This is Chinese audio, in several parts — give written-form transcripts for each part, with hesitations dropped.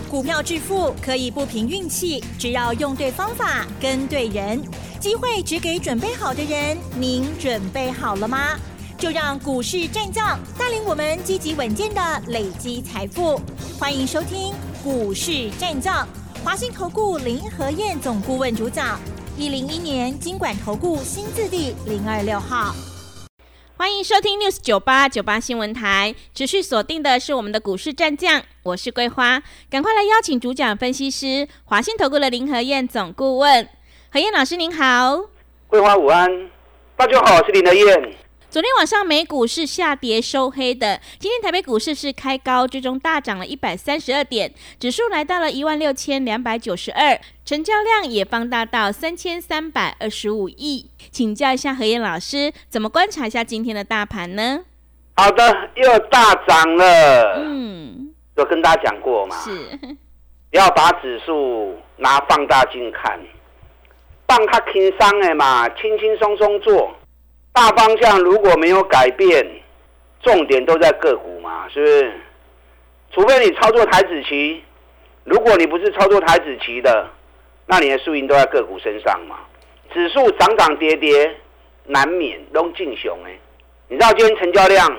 股票致富可以不凭运气，只要用对方法跟对人，机会只给准备好的人。您准备好了吗？就让股市战将带领我们积极稳健的累积财富。欢迎收听股市战将，华信投顾林和彥总顾问主讲，101年金管投顾新字第026号。 欢迎收听 News98 新闻台，持续锁定的是我们的股市战将，我是桂花，赶快来邀请主讲分析师华信投顾的林和彥总顾问。和彥老师您好。 桂花午安，大家好，我是林和彥。 昨天晚上美股是下跌收黑的，今天台北股市是开高，最终大涨了132点，指数来到了16292，成交量也放大到3325亿。请教一下和彥老师，怎么观察一下今天的大盘呢？ 好的，又大涨了。有跟大家讲过嘛？ 是， 不要把指数拿放大镜看，放它轻松的嘛，轻轻松松做。大方向如果没有改变，重点都在个股嘛，是不是？除非你操作台指期，如果你不是操作台指期的，那你的输赢都在个股身上嘛。指数涨涨跌跌，难免都进熊哎。你知道今天成交量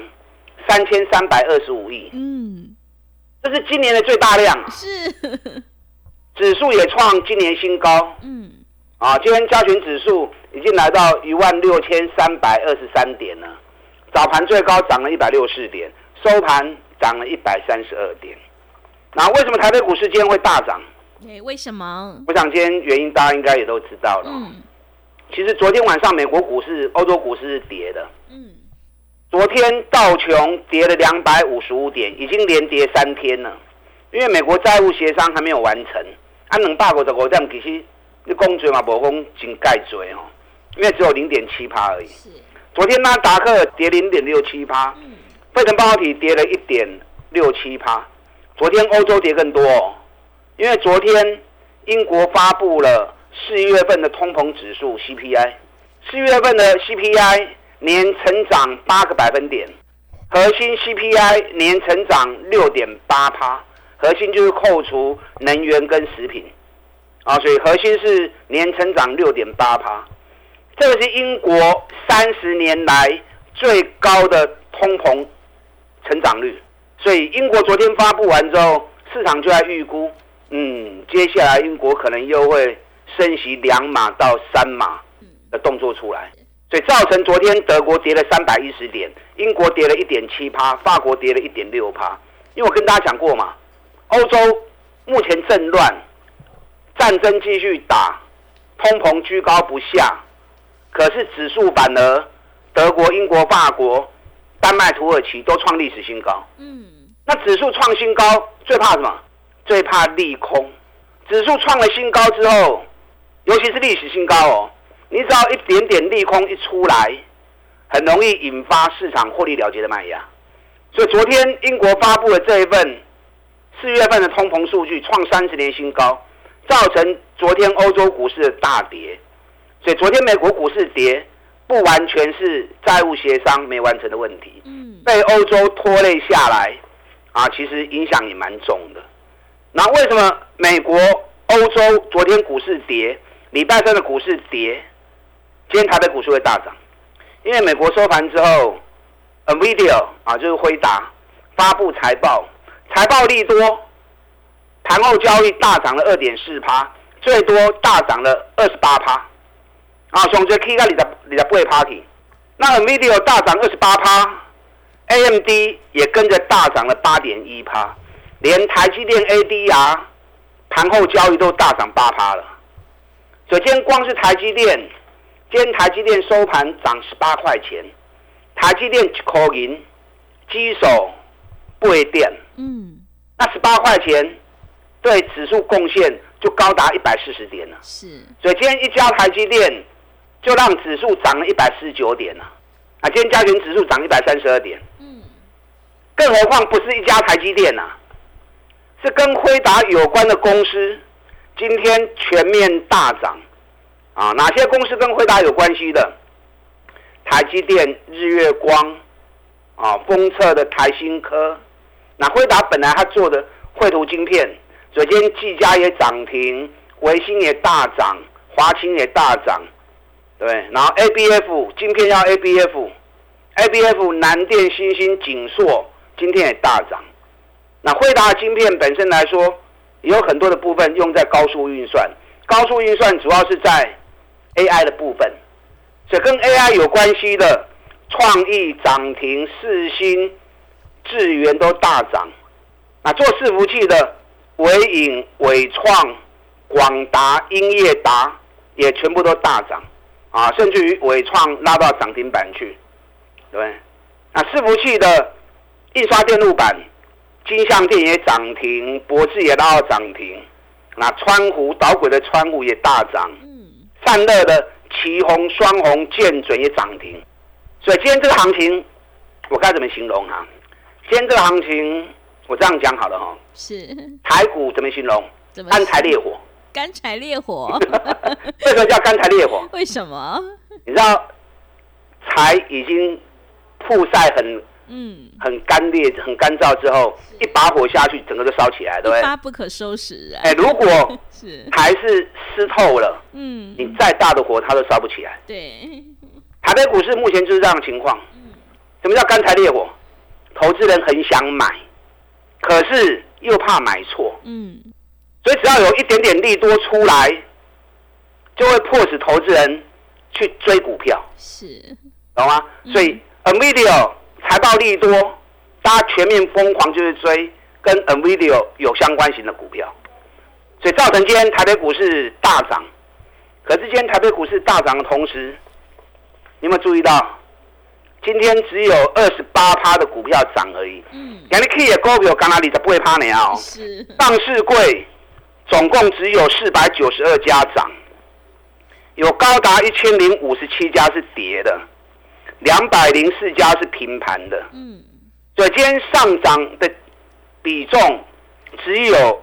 3325亿，这是今年的最大量啊。 是，指数也创今年新高。今天加权指数已经来到16323点了，早盘最高涨了164点，收盘涨了132点。那为什么台北股市今天会大涨？ 为什么？ 我想今天原因大家应该也都知道了。其实昨天晚上美国股市、欧洲股市是跌的。昨天道琼跌了255点，已经连跌3天了。因为美国债务协商还没有完成，255点其实你讲多嘛，无讲真介多哦，因为只有0.7%而已。昨天纳达克跌0.67%，费城半导体跌了1.67%。昨天欧洲跌更多哦，因为昨天英国发布了4月份的通膨指数 CPI，4月份的 CPI 年成长8个百分点，核心 CPI 年成长6.8%，核心就是扣除能源跟食品。所以核心是年成长6.8%，这个是英国30年来最高的通膨成长率。所以英国昨天发布完之后，市场就在预估，接下来英国可能又会升息2码到3码的动作出来，所以造成昨天德国跌了310点，英国跌了1.7%，法国跌了1.6%。因为我跟大家讲过嘛，欧洲目前正乱。战争继续打，通膨居高不下，可是指数反而德国、英国、法国、丹麦、土耳其都创历史新高。那指数创新高，最怕什么？最怕利空。指数创了新高之后，尤其是历史新高哦，你只要一点点利空一出来，很容易引发市场获利了结的卖压。所以昨天英国发布的这一份4月份的通膨数据创30年新高。造成昨天欧洲股市的大跌，所以昨天美国股市跌，不完全是债务协商没完成的问题，被欧洲拖累下来，其实影响也蛮重的。那为什么美国、欧洲昨天股市跌，礼拜三的股市跌，今天台北股市会大涨？因为美国收盘之后 ，NVIDIA 就是辉达发布财报，财报利多。盘后交易大涨了2.4%，最多大涨了28%。上最 K 到28%。那 NVIDIA 大涨28%，AMD 也跟着大涨了8.1%，连台积电 ADR 盘后交易都大涨8%了。所以今天光是台积电，今天台积电收盘涨18块钱，台积电1块银，基手8点，那18块钱。对指数贡献就高达140点了，所以今天一家台积电就让指数涨了149点了，今天加权指数涨132点，更何况不是一家台积电是跟辉达有关的公司今天全面大涨，哪些公司跟辉达有关系的？台积电、日月光，封测的台新科，那辉达本来他做的绘图晶片。 昨天技嘉也涨停，微星也大涨，华清也大涨，对，然后 ABF 晶片要 ABF 南电、欣兴、景硕今天也大涨。那辉达晶片本身来说，也有很多的部分用在高速运算，高速运算主要是在 AI 的部分，所以跟 AI 有关系的创意涨停，世芯、智原都大涨。那做伺服器的伟影、伟创、广达、英业达也全部都大涨啊，甚至于伟创拉到涨停板去，对不对？那伺服器的印刷电路板，金像电也涨停，博智也拉到涨停。那川湖导轨的川湖也大涨，散热的奇宏、双宏、建准也涨停。所以今天这个行情，我该怎么形容啊？今天这个行情，我这样讲好了哈。 是。 台股怎么形容？干柴烈火。 干柴烈火。 为什么叫干柴烈火？ 为什么？ 你知道，柴已经曝晒很干裂、很干燥之后，一把火下去，整个就烧起来，对不对？ 一发不可收拾啊！ 如果柴是湿透了，你再大的火它都烧不起来。 对， 台北股市目前就是这样的情况。什么叫干柴烈火？投资人很想买，可是又怕买错。所以只要有一点点利多出来，就会迫使投资人去追股票。 是， 懂吗？所以 NVIDIA 财报利多，大家全面疯狂就是追跟 NVIDIA 有相关型的股票，所以造成今天台北股市大涨。可是今天台北股市大涨的同时，你有没有注意到，今天只有28%的股票涨而已。你可以的股票刚刚28%呢哦。 是。上市柜总共只有492家涨，有高达1057家是跌的。204家是平盘的，所以今天上涨的比重只有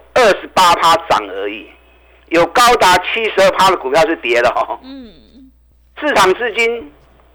28%涨而已，有高达72%的股票是跌的哦。市场资金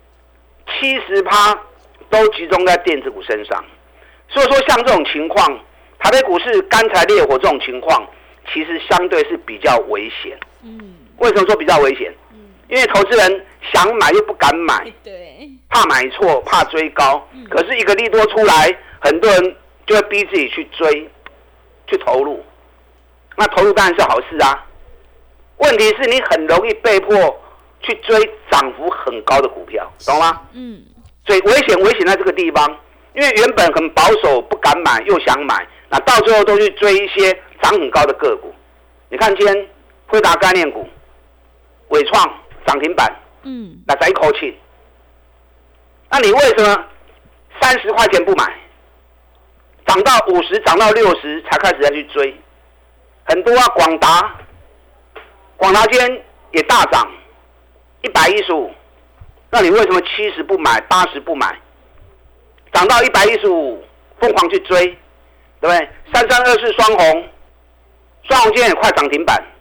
70%都集中在电子股身上，所以说像这种情况，台北股市干柴烈火这种情况，其实相对是比较危险。为什么说比较危险？因为投资人想买又不敢买， 对， 怕买错，怕追高。可是一个利多出来，很多人就会逼自己去追，去投入。那投入当然是好事啊。问题是你很容易被迫去追涨幅很高的股票，懂吗？所以危险在这个地方，因为原本很保守，不敢买又想买，那到最后都去追一些涨很高的个股。你看今天辉达概念股、伟创涨停板，那才一口气。那你为什么30块钱不买，涨到50、涨到60才开始再去追？很多啊，广达今天也大涨115，那你为什么70不买、80不买？涨到115疯狂去追，对不对？3324双红今天也快涨停板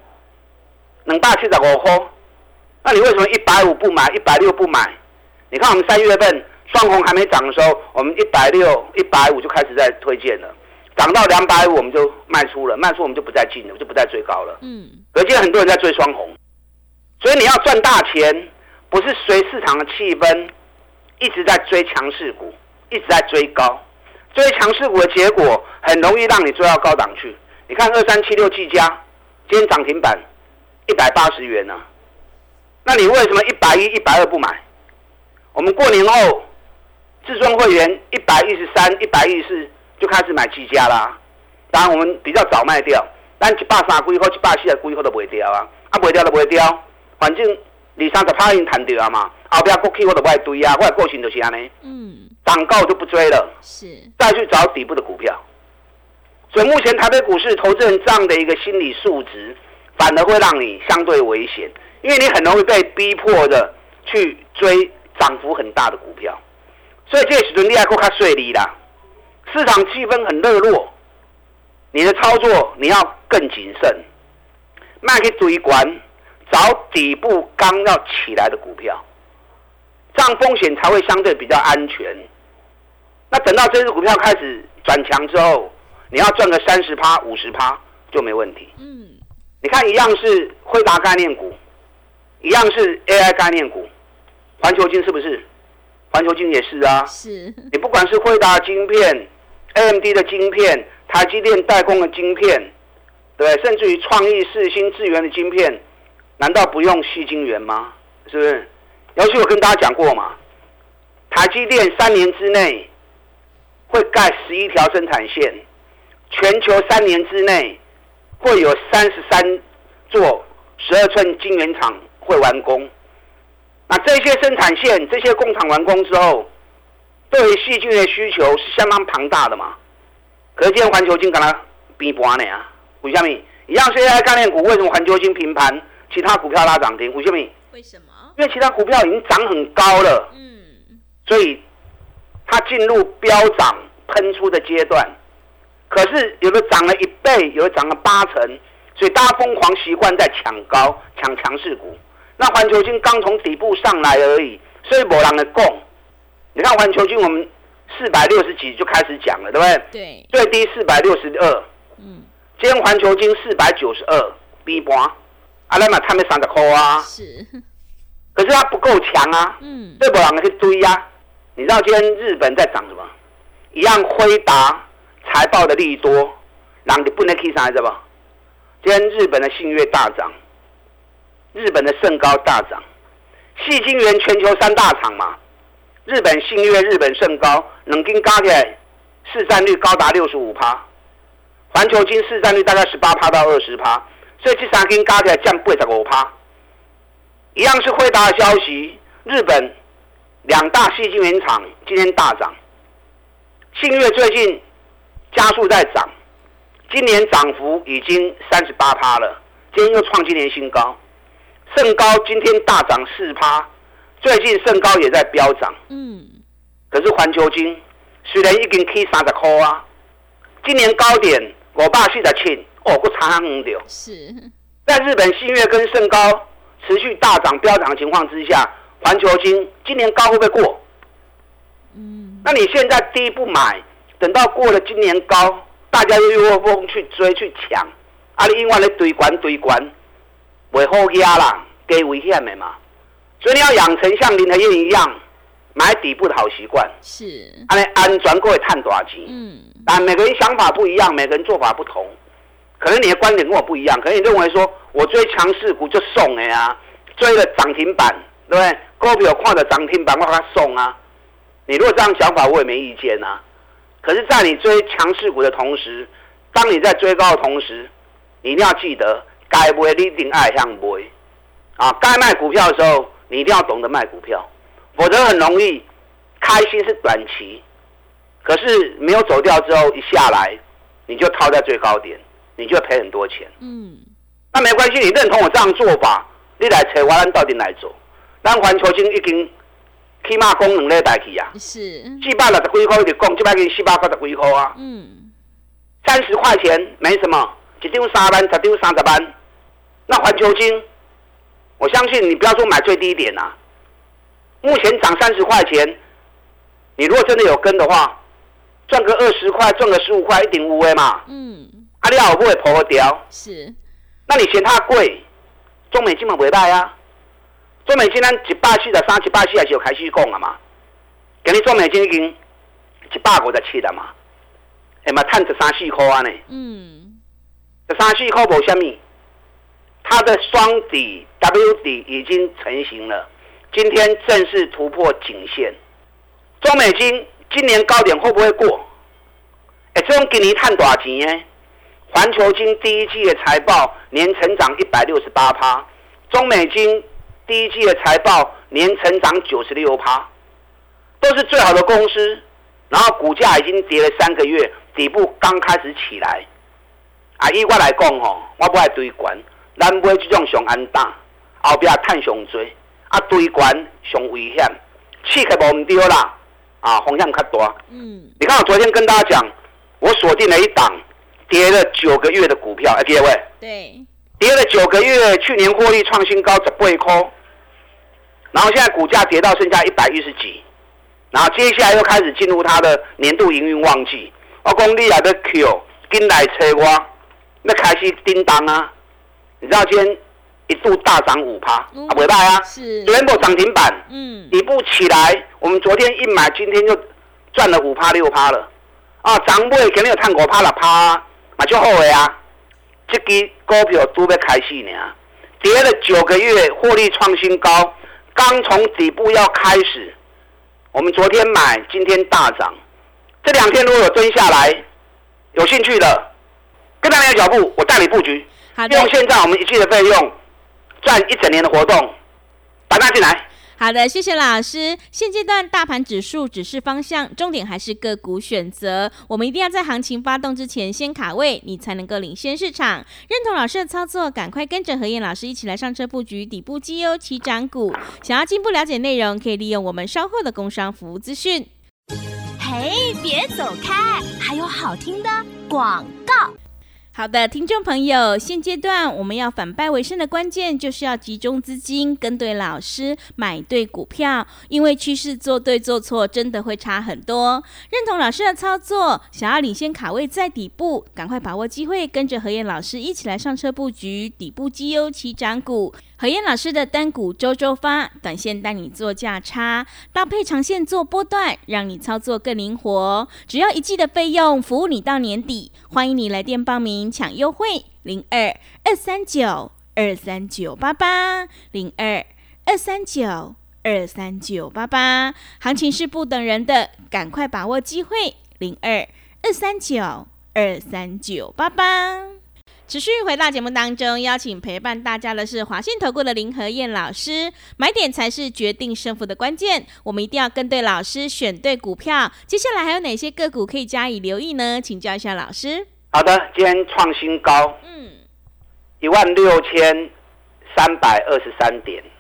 ，275块。那你为什么150不买，160不买？你看我们3月份双红还没涨的时候，我们160、150就开始在推荐了，涨到250我们就卖出了，卖出我们就不再进了，就不再追高了。可见很多人在追双红，所以你要赚大钱，不是随市场的气氛一直在追强势股，一直在追高，追强势股的结果很容易让你追到高档去。你看2376技嘉今天涨停板180元呢。那你为什么110、120不买？我们过年后，至尊会员113、114就开始买技嘉啦。当然我们比较早卖掉，但130几块、140几块都不会掉啊，不会掉就不会掉，反正20-30%已经赚掉嘛。后边过去我都不爱堆啊，我的个性就是这样。涨高就不追了，再去找底部的股票。所以目前台北股市投资人这样的一个心理素质，反而会让你相对危险。因为你很容易被逼迫的去追涨幅很大的股票，所以这个时候你要够较顺利啦。市场气氛很热络，你的操作你要更谨慎，卖去追管，找底部刚要起来的股票，这样风险才会相对比较安全。那等到这支股票开始转强之后，你要赚个30%、50%， 就没问题。你看一样是辉达概念股，一样是 AI 概念股，环球晶是不是？环球晶也是啊。 是。 你不管是辉达晶片、AMD 的晶片、台积电代工的晶片，对，甚至于创意、世芯、智原的晶片，难道不用矽晶圆吗？是不是？尤其我跟大家讲过嘛，台积电3年之内会盖11条生产线，全球3年之内会有33座12寸晶圆厂会完工。那这些生产线、这些工厂完工之后，对于矽晶圆的需求是相当庞大的嘛。可是今天环球晶跟它比盘呢啊？为什么？一样是 AI 概念股，为什么环球晶平盘，其他股票拉涨停？为什么？ 为什么？ 因为其他股票已经涨很高了，所以它进入飙涨喷出的阶段。可是有的涨了1倍，有的涨了8成，所以大家疯狂习惯在抢高、抢强势股。那环球晶刚从底部上来而已，所以没人的供。你看环球晶，我们460几就开始讲了，对不对？ 对。 最低462，今天环球晶492，比盘，咱嘛赚要30块啊。 是。 可是它不够强啊，所以没人去追啊。你知道今天日本在涨什么？一样辉达财报的利多，人就不能去啥，知道吧？今天日本的信越大涨，日本的盛高大涨，矽晶圆全球3大厂嘛，日本信越、日本盛高，两间加起来市占率高达65%，环球晶市占率大概18%到20%，所以这3间加起来占85%。一样是辉达的消息，日本2大矽晶圆厂今天大涨，信越最近加速在涨，今年涨幅已经38%了，今天又创今年新高。盛高今天大涨4%，最近盛高也在飙涨。可是环球晶虽然已经起30块啊，今年高点547，哦，还差很远。是，在日本信越跟盛高持续大涨飙涨的情况之下，环球晶今年高会不会过？那你现在低不买，等到过了今年高，大家又一窝蜂去追去抢，你另外咧堆管，袂好压啦，给危险的嘛。所以你要养成像林和燕一样买底部的好习惯，是，安全过会赚大钱。但每个人想法不一样，每个人做法不同，可能你的观点跟我不一样，可能你认为说我追强势股就送的啊，追了涨停板，对不对？股票看着涨停板我给他送啊。你如果这样想法，我也没意见啊。可是，在你追强势股的同时，当你在追高的同时，你一定要记得，该卖你一定爱向卖啊！该卖股票的时候，你一定要懂得卖股票，否则很容易开心是短期，可是没有走掉之后一下来，你就套在最高点，你就会赔很多钱。那没关系，你认同我这样做法，你来找我，咱到底来做？咱环球晶已经起码讲2礼拜去啊，是460几块就讲，这摆给490几块啊。30块钱没什么，一张3万，10张30万。那环球晶，我相信你不要说买最低点啊，目前涨30块钱，你如果真的有跟的话，赚个20块，赚个15块，一定有的嘛。你也有买破掉。是。那你嫌它贵，中美金嘛袂歹啊。中美金咱143、144就开始讲了嘛，今日中美金已经157了嘛，会嘛赚13、14块啊呢。13、14块无什么，它的双底 W 底已经成型了，今天正式突破颈线。中美金今年高点会不会过？这种今年赚大钱呢？环球晶第一季的财报年成长168%，中美金第一季的财报年成长96%，都是最好的公司。然后股价已经跌了3个月，底部刚开始起来。以我来讲我不爱追管，咱买这种上安大，后边赚上多。追管上危险，气气无唔对啦，风险较大。你看我昨天跟大家讲，我锁定了一档跌了9个月的股票，记得喂？对。跌了9个月，去年获利创新高18块。然后现在股价跌到剩下110几，然后接下来又开始进入它的年度营运旺季。我讲你也要 Q， 紧来找我， 要开始叮当啊！你知道今天一度大涨5%，不赖啊，全部涨停板，底部起来，我们昨天一买，今天就赚了5%、6%了，啊，涨尾肯定有探5%、6%，嘛就好的啊！这支股票都要开始呢，跌了9个月，获利创新高，刚从底部要开始，我们昨天买，今天大涨，这2天如果有蹲下来，有兴趣的，跟上你的脚步，我带你布局，用现在我们一季的费用。赚1整年的活动，打大进来。 好的，谢谢老师。现阶段大盘指数只是方向，重点还是个股选择。我们一定要在行情发动之前先卡位，你才能够领先市场。认同老师的操作，赶快跟着何燕老师一起来上车布局底部绩优起涨股。想要进一步了解内容，可以利用我们稍后的工商服务资讯。 嘿，别走开，还有好听的广告。 好的，听众朋友，现阶段我们要反败为胜的关键就是要集中资金，跟对老师，买对股票，因为趋势做对做错真的会差很多。认同老师的操作，想要领先卡位在底部，赶快把握机会，跟着何燕老师一起来上车布局底部绩优起涨股。何燕老师的单股周周发，短线带你做价差，搭配长线做波段，让你操作更灵活。只要1季的费用，服务你到年底。欢迎你来电报名抢优惠，02-239-23988 02-239-23988。行情是不等人的，赶快把握机会，02-239-23988。持续回到节目当中，邀请陪伴大家的是华信投顾的林和燕老师。买点才是决定胜负的关键，我们一定要跟对老师，选对股票。接下来还有哪些个股可以加以留意呢？请教一下老师。 好的，今天创新高，16323点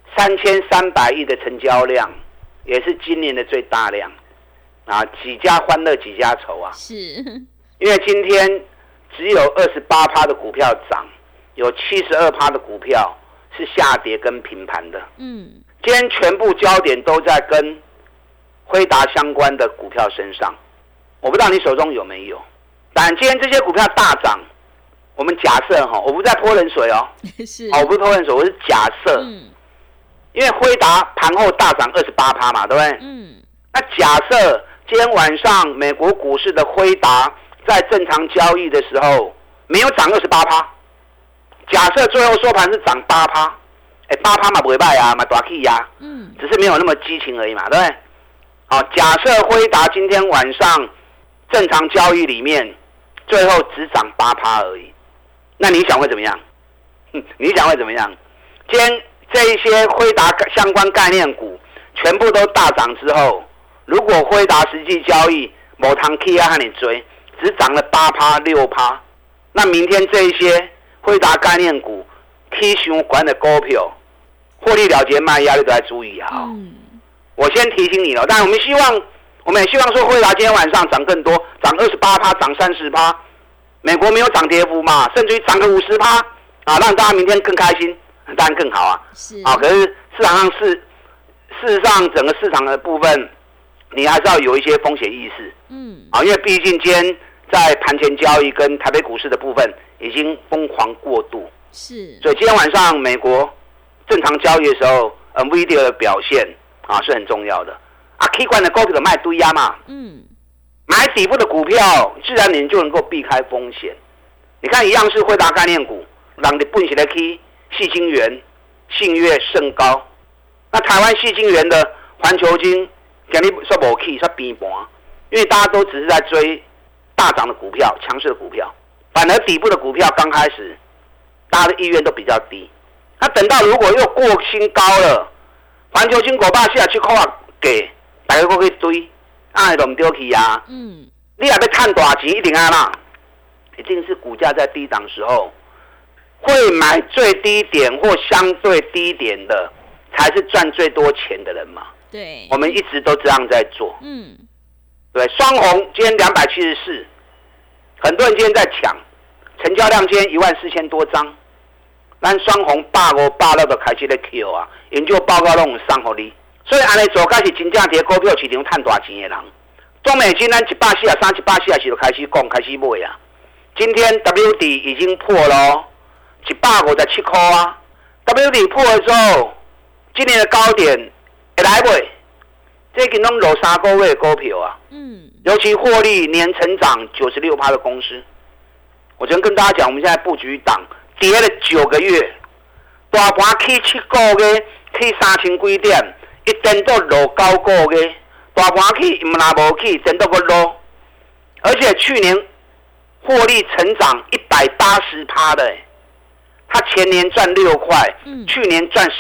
，3300亿的成交量，也是今年的最大量啊！几家欢乐几家愁啊！ 是， 因为今天只有28%的股票涨，有72%的股票是下跌跟平盘的。今天全部焦点都在跟辉达相关的股票身上。我不知道你手中有没有，但今天这些股票大涨，我们假设我不是在泼冷水哦，我不是泼冷水，我是假设，因为辉达盘后大涨28%嘛，对不对？那假设今天晚上美国股市的辉达在正常交易的时候没有涨28%，假设最后收盘是涨8%，8%嘛不会败啊，嘛大起呀，只是没有那么激情而已嘛，对不对？好，假设辉达今天晚上正常交易里面最后只涨8%而已，那你想会怎么样？你想会怎么样？今天这一些辉达相关概念股全部都大涨之后，如果辉达实际交易没通起啊，和你追，只涨了8%、6%，那明天这一些辉达概念股起相关的股票，获利了结卖压力都要注意好。我先提醒你了，但我们也希望说辉达今天晚上涨更多，涨28%、涨30%，美国没有涨跌幅嘛，甚至于涨个50%啊，让大家明天更开心，当然更好啊。可是事实上整个市场的部分，你还是要有一些风险意识。因为毕竟今天在盘前交易跟台北股市的部分已经疯狂过度，所以今天晚上美国正常交易的时候 ，NVIDIA 的表现是很重要的。K 管的股票卖堆压嘛，买底部的股票，自然你就能够避开风险。你看一样是辉达概念股，让你本起来去矽晶圆、信越、盛高，那台湾矽晶圆的环球晶，今日说无去，说平盘，因为大家都只是在追大涨的股票、强势的股票，反而底部的股票刚开始，大家的意愿都比较低。那等到如果又过新高了，环球晶547块给大家都可以追，都唔丢去啊。你也要赚大钱，一定啊啦，一定是股价在低档时候，会买最低点或相对低点的，才是赚最多钱的人嘛。 对， 我们一直都这样在做。对，双红今天274，很多人今天在抢，成交量今天14000多张，咱双红150、160就开始在 Q 啊，研究报告拢有送给你，所以安尼做，才是真正在股票市场赚大钱的人。中美金咱143、144时就开始讲，开始买啊， 今天 W 底已经破了157块啊 ，W 底破了之后，今年的高点会来不？这个拢落3个月的股票啊，尤其获利年成长96%的公司，我昨天跟大家讲，我们现在布局档跌了9个月，大盘起7个月，起3000几点，一颠倒落9个月，大盘起唔拉无起，颠倒个落，而且去年获利成长180%的，他前年赚6块，去年赚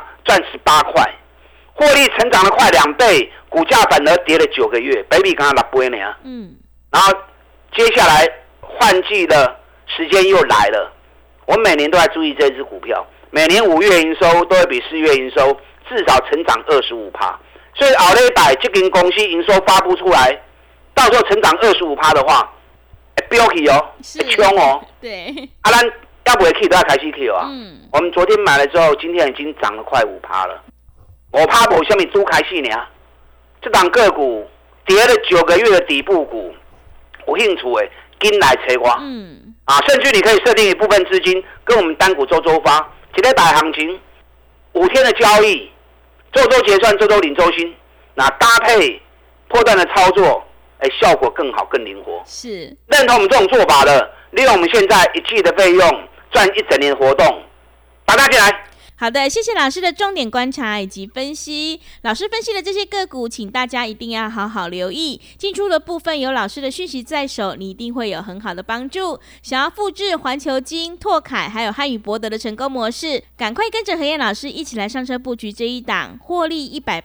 18块。获利成长了快2倍，股价反而跌了9个月，北比刚刚6倍呢。然后接下来换季的时间又来了，我每年都在注意这支股票，每年5月营收都会比4月营收至少成长25%，所以后礼拜这间公司营收发布出来，到时候成长25%的话，飙起哦，冲哦。 对， 咱要不会起都要开始起啊。我们昨天买了之后，今天已经涨了快5%了。5%无什么都开始呢？这档个股跌了9个月的底部股，有兴趣的跟来找我。甚至你可以设定一部分资金跟我们单股周发，一个大行情，5天的交易，周结算，周领周薪，那搭配波段的操作，效果更好更灵活。 是认同我们这种做法的，利用我们现在1季的费用赚1整年活动，打进来。 好的，谢谢老师的重点观察以及分析。老师分析的这些个股，请大家一定要好好留意。进出的部分有老师的讯息在手，你一定会有很好的帮助。想要复制环球金、拓凯还有汉语博德的成功模式，赶快跟着何燕老师一起来上车布局这一档获利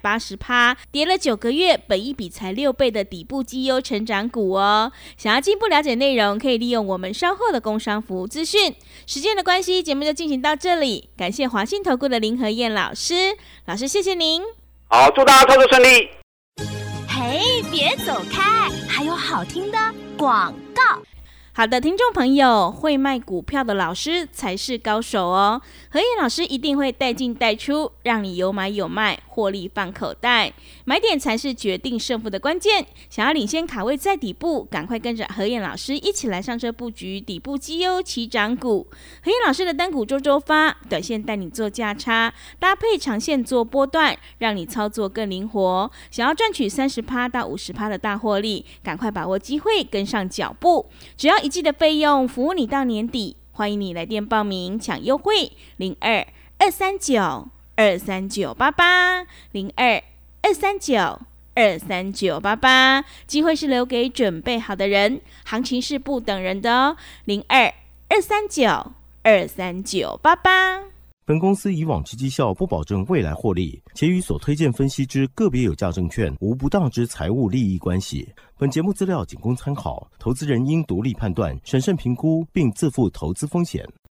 180%，跌了9个月，本益比才6倍的底部绩优成长股哦。想要进一步了解内容，可以利用我们稍后的工商服务资讯。时间的关系，节目就进行到这里，感谢华信投顾的林和燕老师，老师谢谢您。 好，祝大家操作顺利。 嘿，别走开，还有好听的广告。 好的，听众朋友，会卖股票的老师才是高手哦。和燕老师一定会带进带出，让你有买有卖，获利放口袋。买点才是决定胜负的关键。想要领先卡位在底部，赶快跟着和燕老师一起来上车布局底部绩优起涨股。和燕老师的单股周发，短线带你做价差，搭配长线做波段，让你操作更灵活。想要赚取30%到50%的大获利，赶快把握机会，跟上脚步。只要1季的费用，服务你到年底。欢迎你来电报名抢优惠，02-239-23988，02-239-23988，机会是留给准备好的人，行情是不等人的哦，02-239-23988。 本公司以往之绩效不保证未来获利，且与所推荐分析之个别有价证券无不当之财务利益关系。本节目资料仅供参考，投资人应独立判断、审慎评估，并自负投资风险。